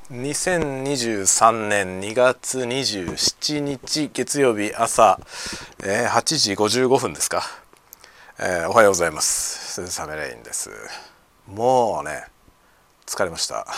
2023年2月27日月曜日朝、8時55分ですか、おはようございます。鈴雨レインです。もうね疲れました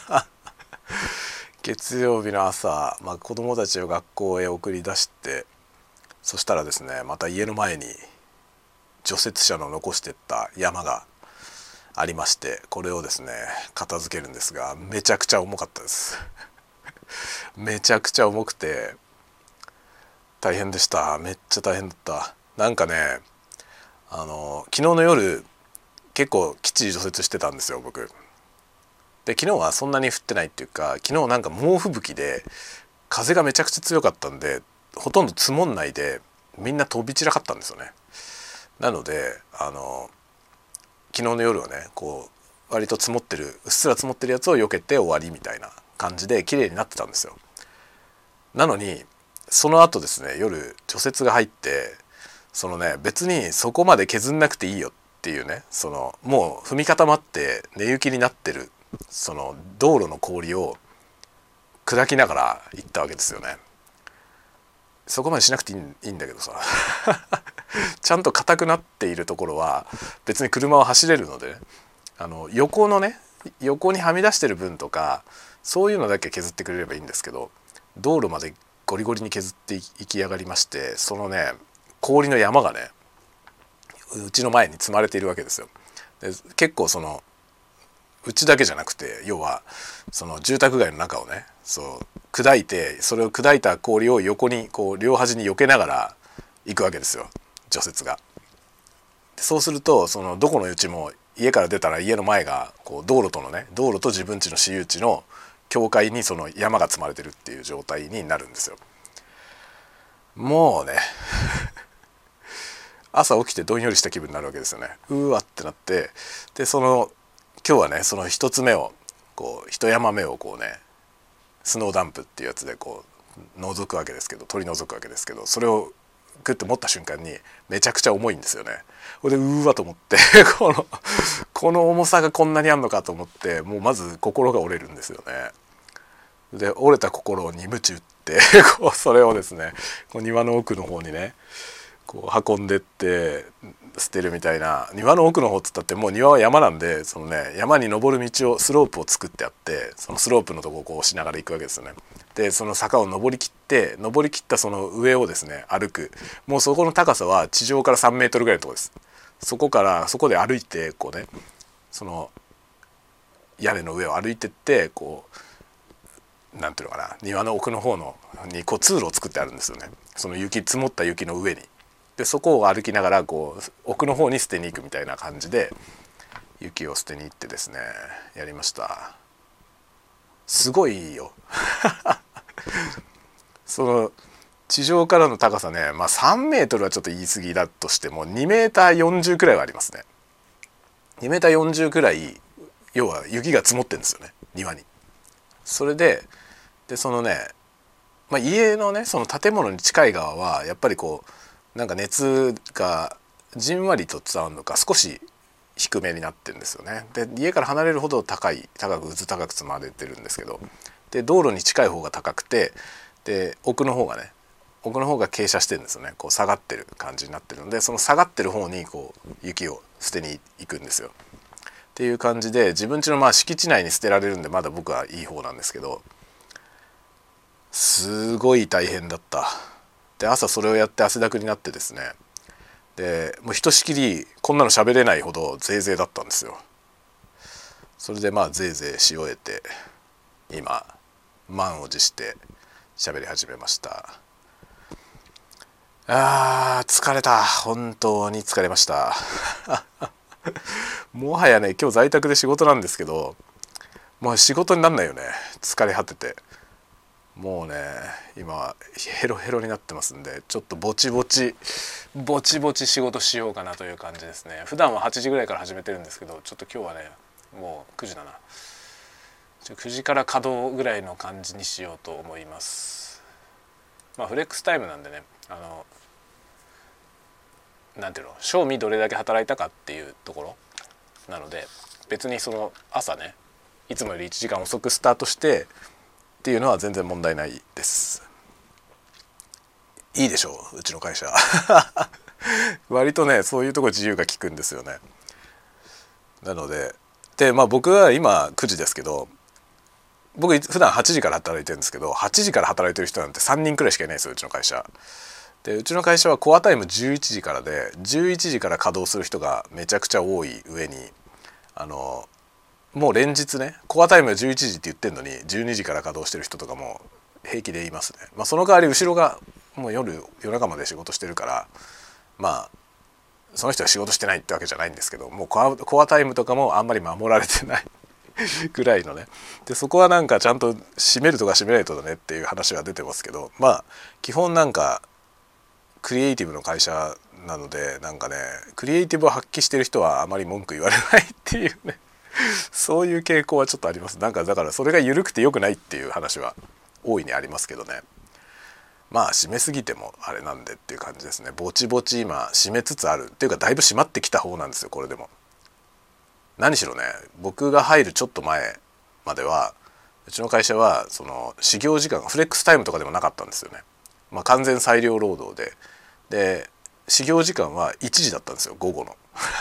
月曜日の朝、子供たちを学校へ送り出して、そしたらですね、また家の前に除雪車の残してった山がありまして、これをですね片付けるんですが、めちゃくちゃ重かったですめちゃくちゃ重くて大変でした。めっちゃ大変だった。なんかね、昨日の夜結構きっちり除雪してたんですよ僕で。昨日はそんなに降ってないっていうか、昨日なんか猛吹雪で風がめちゃくちゃ強かったんで、ほとんど積もんないでみんな飛び散らかったんですよね。なので昨日の夜はね、こう割とうっすら積もってるやつを避けて終わりみたいな感じで綺麗になってたんですよ。なのにその後ですね、夜除雪が入って、そのね、別にそこまで削んなくていいよっていうね、そのもう踏み固まって根雪になってるその道路の氷を砕きながら行ったわけですよね。そこまでしなくていいんだけどさちゃんと硬くなっているところは別に車は走れるのでね、横のね、横にはみ出してる分とかそういうのだけ削ってくれればいいんですけど、道路までゴリゴリに削っていきやがりまして、そのね氷の山がねうちの前に積まれているわけですよ。で結構そのうちだけじゃなくて、要はその住宅街の中をね、そう砕いて、それを砕いた氷を横にこう両端に避けながら行くわけですよ、除雪が。でそうすると、そのどこのうちも家から出たら家の前がこう道路と自分家の私有地の境界にその山が積まれてるっていう状態になるんですよ。もうね朝起きてどんよりした気分になるわけですよね。うわってなって、で今日はね、その一つ目をこう一山目をこうね、スノーダンプっていうやつでこう覗くわけですけど、取り除くわけですけど、それをグッと持った瞬間にめちゃくちゃ重いんですよね。これでうわと思ってこの重さがこんなにあんのかと思って、もうまず心が折れるんですよね。で折れた心に鞭打ってこうそれをですね、こう庭の奥の方にねこう運んでって捨てるみたいな。庭の奥の方っつったってもう庭は山なんで、そのね山に登る道をスロープを作ってあって、そのスロープのとこをこう押しながら行くわけですよね。でその坂を登りきったその上をですね歩く。もうそこの高さは地上から3メートルぐらいのところです。そこで歩いてこうね、その屋根の上を歩いてって、こうなんていうのかな、庭の奥の方にこう通路を作ってあるんですよね。その積もった雪の上に。でそこを歩きながらこう奥の方に捨てに行くみたいな感じで雪を捨てに行ってですね、やりました。すごいよその地上からの高さね、3メートルはちょっと言い過ぎだとしても2メーター40くらいはありますね。2メーター40くらい、要は雪が積もってるんですよね、庭に。それでそのね、家のねその建物に近い側はやっぱりこうなんか熱がじんわりと伝わるのか少し低めになってるんですよね。で家から離れるほど高く高く積まれてるんですけど、で道路に近い方が高くて、で奥の方が傾斜してるんですよね。こう下がってる感じになってるので、その下がってる方にこう雪を捨てに行くんですよ。っていう感じで、自分家の敷地内に捨てられるんでまだ僕はいい方なんですけど、すごい大変だった。で朝それをやって汗だくになってですね、でもうひとしきりこんなの喋れないほどゼーゼーだったんですよ。それでゼーゼーし終えて、今満を持して喋り始めました。疲れた。本当に疲れましたもはやね、今日在宅で仕事なんですけど、もう仕事になんないよね、疲れ果てて。もうね今ヘロヘロになってますんで、ちょっとぼちぼち仕事しようかなという感じですね。普段は8時ぐらいから始めてるんですけど、ちょっと今日はねもう9時だな、9時から稼働ぐらいの感じにしようと思います。フレックスタイムなんでね、なんていうの、賞味どれだけ働いたかっていうところなので、別にその朝ねいつもより1時間遅くスタートしてっていうのは全然問題ないです。いいでしょう、うちの会社割とねそういうとこ自由が利くんですよね。なので僕は今9時ですけど、僕普段8時から働いてるんですけど、8時から働いてる人なんて3人くらいしかいないんですよ、うちの会社で。うちの会社はコアタイム11時からで、11時から稼働する人がめちゃくちゃ多い上に、もう連日ねコアタイムは11時って言ってんのに12時から稼働してる人とかも平気でいますね。その代わり後ろがもう夜中まで仕事してるから、その人は仕事してないってわけじゃないんですけど、もうコアタイムとかもあんまり守られてないぐらいのね。でそこはなんかちゃんと締めるとか締めないとだねっていう話は出てますけど、基本なんかクリエイティブの会社なので、なんかねクリエイティブを発揮してる人はあまり文句言われないっていうねそういう傾向はちょっとあります。なんかだからそれが緩くて良くないっていう話は大いにありますけどね。締めすぎてもあれなんでっていう感じですね。ぼちぼち今締めつつあるっていうか、だいぶ締まってきた方なんですよ。これでも何しろね、僕が入るちょっと前まではうちの会社はその始業時間がフレックスタイムとかでもなかったんですよね。完全裁量労働で始業時間は1時だったんですよ、午後の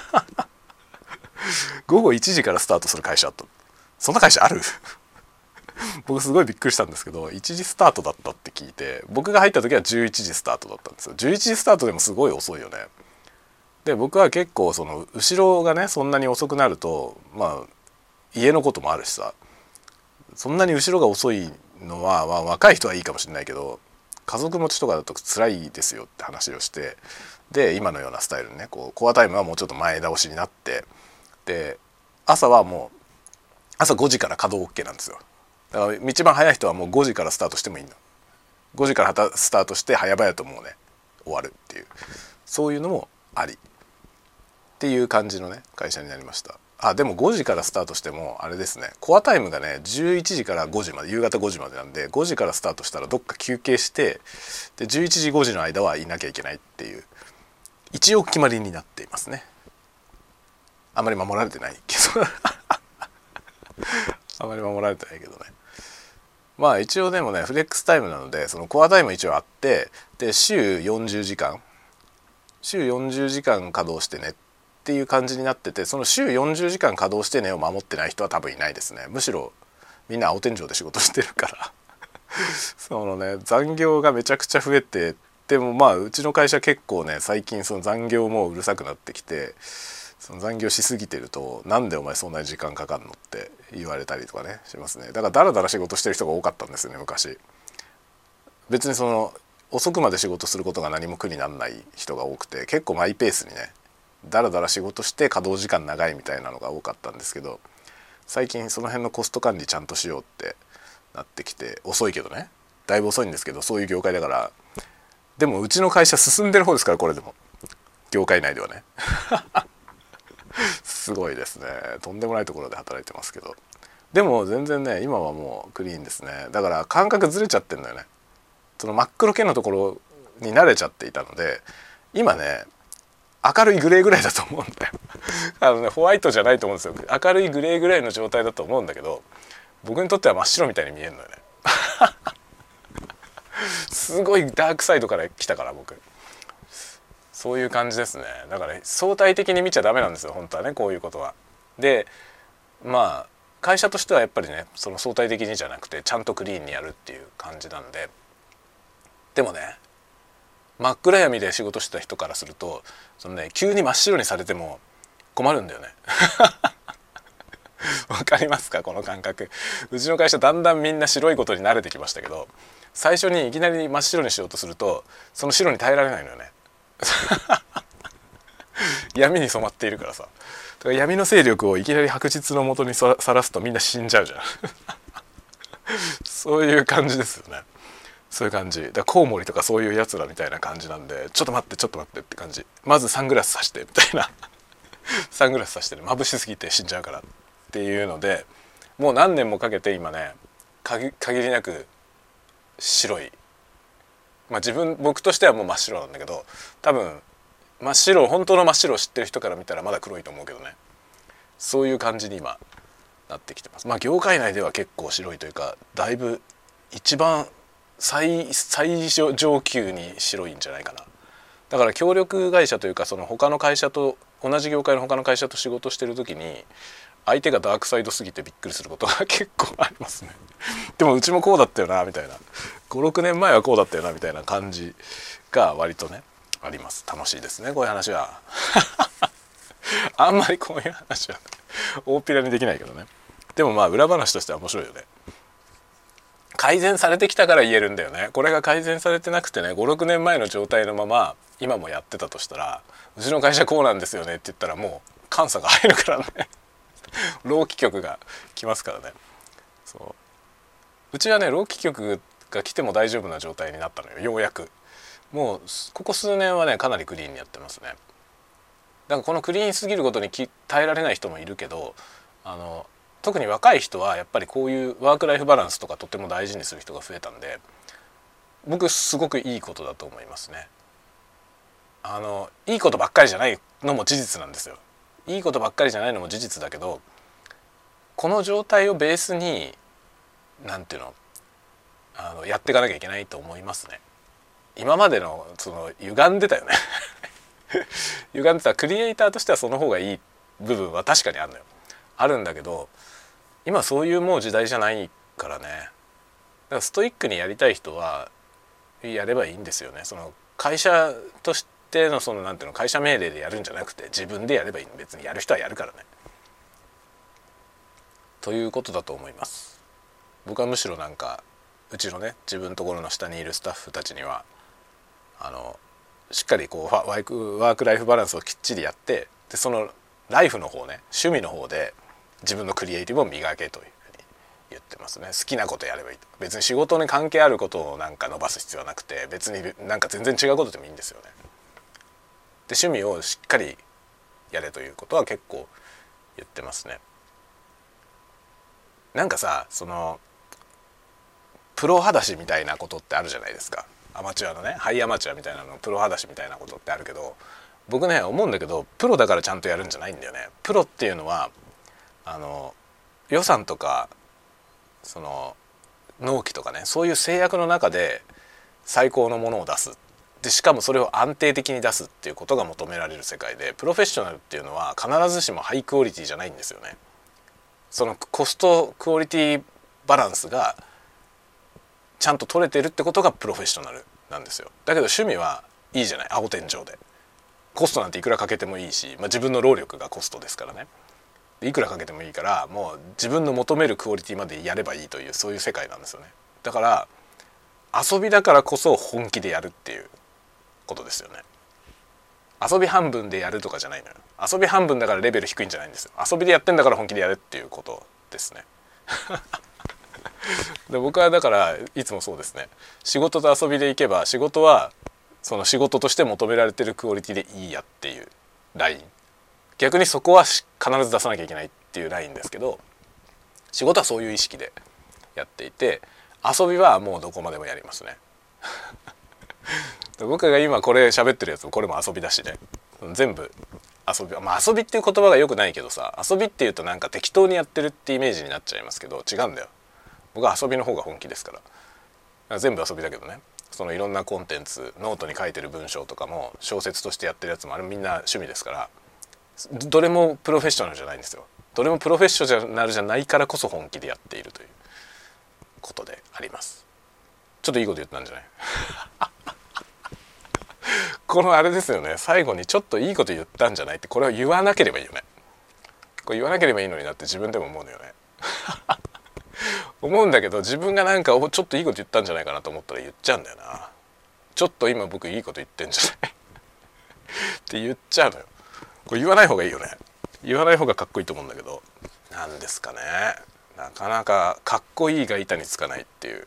午後1時からスタートする会社だった。そんな会社ある僕すごいびっくりしたんですけど、1時スタートだったって聞いて、僕が入った時は11時スタートだったんですよ。11時スタートでもすごい遅いよね。で僕は結構その後ろがねそんなに遅くなると家のこともあるしさ、そんなに後ろが遅いのは、若い人はいいかもしれないけど家族持ちとかだと辛いですよって話をして、で今のようなスタイルにねコアタイムはもうちょっと前倒しになって、で朝はもう朝5時から稼働 OK なんですよ。だから一番早い人はもう5時からスタートしてもいいの。5時からスタートして早々ともうね終わるっていう、そういうのもありっていう感じのね会社になりました。でも5時からスタートしてもあれですね、コアタイムがね11時から5時まで、夕方5時までなんで、5時からスタートしたらどっか休憩して、で11時5時の間はいなきゃいけないっていう一応決まりになっていますね。あまり守られてないけどあまり守られてないけどね。一応でもねフレックスタイムなので、そのコアタイム一応あって、で週40時間稼働してねっていう感じになってて、その週40時間稼働してねを守ってない人は多分いないですね。むしろみんな青天井で仕事してるからそのね残業がめちゃくちゃ増えて、でもうちの会社結構ね最近その残業もうるさくなってきて、その残業しすぎてるとなんでお前そんなに時間かかるのって言われたりとかねしますね。だからダラダラ仕事してる人が多かったんですよね昔。別にその遅くまで仕事することが何も苦にならない人が多くて、結構マイペースにねだらだら仕事して稼働時間長いみたいなのが多かったんですけど、最近その辺のコスト管理ちゃんとしようってなってきて、遅いけどねだいぶ遅いんですけど、そういう業界だから。でもうちの会社進んでる方ですから、これでも業界内ではねすごいですね。とんでもないところで働いてますけど、でも全然ね今はもうクリーンですね。だから感覚ずれちゃってんだよね。その真っ黒系のところに慣れちゃっていたので、今ね明るいグレーぐらいだと思うんだよホワイトじゃないと思うんですよ。明るいグレーぐらいの状態だと思うんだけど、僕にとっては真っ白みたいに見えるのよねすごいダークサイドから来たから僕、そういう感じですね。だから相対的に見ちゃダメなんですよ本当はね、こういうことは。で会社としてはやっぱりねその相対的にじゃなくてちゃんとクリーンにやるっていう感じなんで。でもね真っ暗闇で仕事してた人からすると、そのね急に真っ白にされても困るんだよねわかりますかこの感覚。うちの会社だんだんみんな白いことに慣れてきましたけど、最初にいきなり真っ白にしようとするとその白に耐えられないのよね闇に染まっているからさ。だから闇の勢力をいきなり白日の下にさらすとみんな死んじゃうじゃんそういう感じですよね。そういう感じだからコウモリとかそういうやつらみたいな感じなんで、ちょっと待ってちょっと待ってって感じ。まずサングラスさしてみたいなサングラスさしてね眩しすぎて死んじゃうからっていうので、もう何年もかけて今ね限りなく白い、僕としてはもう真っ白なんだけど、多分真っ白本当の真っ白を知ってる人から見たらまだ黒いと思うけどね、そういう感じに今なってきてます。まあ業界内では結構白いというか、だいぶ一番最上級に白いんじゃないかな。だから協力会社というか、その他の会社と同じ業界の他の会社と仕事してる時に相手がダークサイドすぎてびっくりすることが結構ありますね。でもうちもこうだったよなみたいな、5、6年前はこうだったよなみたいな感じが割とねあります。楽しいですねこういう話は。あんまりこういう話は大っぴらにできないけどね。でもまあ裏話としては面白いよね。改善されてきたから言えるんだよね。これが改善されてなくてね、5、6年前の状態のまま今もやってたとしたら、うちの会社こうなんですよねって言ったらもう監査が入るからね。労基局が来ますからね。うちはね労基局が来ても大丈夫な状態になったのよ、ようやく。もうここ数年はねかなりクリーンにやってますね。だからこのクリーンすぎることに耐えられない人もいるけど、特に若い人はやっぱりこういうワークライフバランスとかとても大事にする人が増えたんで、僕すごくいいことだと思いますね。いいことばっかりじゃないのも事実なんですよ。いいことばっかりじゃないのも事実だけど、この状態をベースになんていうの、やっていかなきゃいけないと思いますね。今までのその歪んでたよね。歪んでたクリエイターとしてはその方がいい部分は確かにあるのよ。あるんだけど、今そういうもう時代じゃないからね。だからストイックにやりたい人はやればいいんですよね。その会社としてのそのなんていうの、会社命令でやるんじゃなくて自分でやればいいの。別にやる人はやるからね。ということだと思います。僕はむしろなんかうちのね自分のところの下にいるスタッフたちにはしっかりこうワークライフバランスをきっちりやって、でそのライフの方ね、趣味の方で自分のクリエイティブを磨けというふうに言ってますね。好きなことやればいいと。別に仕事に関係あることをなんか伸ばす必要はなくて、別になんか全然違うことでもいいんですよね。で趣味をしっかりやれということは結構言ってますね。なんかさ、そのプロ裸足みたいなことってあるじゃないですか。アマチュアのね、ハイアマチュアみたいなの、プロ裸足みたいなことってあるけど、僕ね思うんだけど、プロだからちゃんとやるんじゃないんだよね。プロっていうのは予算とかその納期とかね、そういう制約の中で最高のものを出す。でしかもそれを安定的に出すっていうことが求められる世界で、プロフェッショナルっていうのは必ずしもハイクオリティじゃないんですよね。そのコストクオリティバランスがちゃんと取れてるってことがプロフェッショナルなんですよ。だけど趣味はいいじゃない、青天井で。コストなんていくらかけてもいいし、自分の労力がコストですからね。いくらかけてもいいから、もう自分の求めるクオリティまでやればいいという、そういう世界なんですよね。だから遊びだからこそ本気でやるっていうことですよね。遊び半分でやるとかじゃないのよ。遊び半分だからレベル低いんじゃないんですよ。遊びでやってんだから本気でやるっていうことですね。で僕はだからいつもそうですね。仕事と遊びでいけば、仕事はその仕事として求められてるクオリティでいいやっていうライン、逆にそこは必ず出さなきゃいけないっていうラインですけど、仕事はそういう意識でやっていて、遊びはもうどこまでもやりますね。僕が今これ喋ってるやつもこれも遊びだしね、全部遊び。遊びっていう言葉が良くないけどさ、遊びっていうとなんか適当にやってるってイメージになっちゃいますけど、違うんだよ。僕は遊びの方が本気ですから。全部遊びだけどね。そのいろんなコンテンツ、ノートに書いてる文章とかも小説としてやってるやつもあれみんな趣味ですから、どれもプロフェッショナルじゃないんですよ。どれもプロフェッショナルじゃないからこそ本気でやっているということであります。ちょっといいこと言ったんじゃない？このあれですよね、最後にちょっといいこと言ったんじゃないって、これを言わなければいいよね。これ言わなければいいのになって自分でも思うのよね。思うんだけど、自分がなんかちょっといいこと言ったんじゃないかなと思ったら言っちゃうんだよな。ちょっと今僕いいこと言ってんじゃないって言っちゃうのよ。これ言わない方がいいよね。言わない方がかっこいいと思うんだけど、なんですかね、なかなかかっこいいが板につかないっていう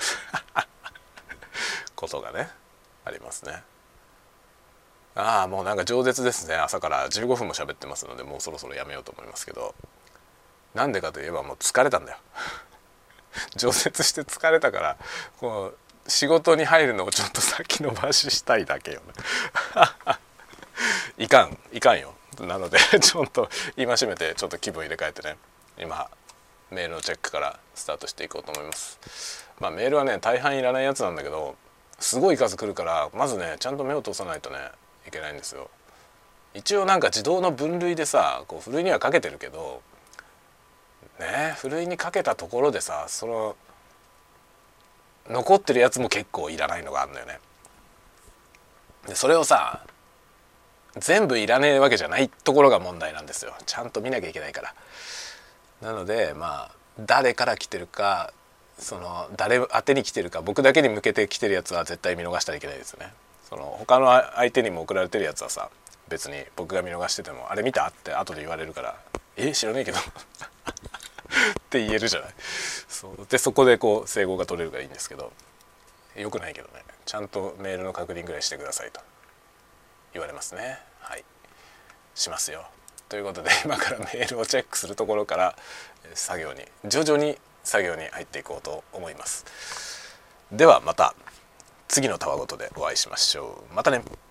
ことがねありますね。もうなんか饒舌ですね。朝から15分も喋ってますので、もうそろそろやめようと思いますけど、なんでかといえばもう疲れたんだよ。饒舌して疲れたから、こう仕事に入るのをちょっと先延ばししたいだけよね。いかんよ。なのでちょっと戒めてちょっと気分入れ替えてね、 今メールのチェックからスタートしていこうと思います。メールはね大半いらないやつなんだけど、すごい数来るからまずねちゃんと目を通さないとねいけないんですよ。一応なんか自動の分類でさこうふるいにはかけてるけどね、ふるいにかけたところでさその残ってるやつも結構いらないのがあるんだよね。でそれをさ全部いらねえわけじゃないところが問題なんですよ。ちゃんと見なきゃいけないから。なので誰から来てるか、その誰宛てに来てるか、僕だけに向けて来てるやつは絶対見逃したらいけないですよね。その他の相手にも送られてるやつはさ別に僕が見逃してても「あれ見た?」って後で言われるから「知らねえけど」って言えるじゃない。そうでそこでこう整合が取れるからいいんですけど、よくないけどね、ちゃんとメールの確認ぐらいしてくださいと言われますね。はい、しますよ。ということで今からメールをチェックするところから徐々に作業に入っていこうと思います。ではまた次のたわごとでお会いしましょう。またね。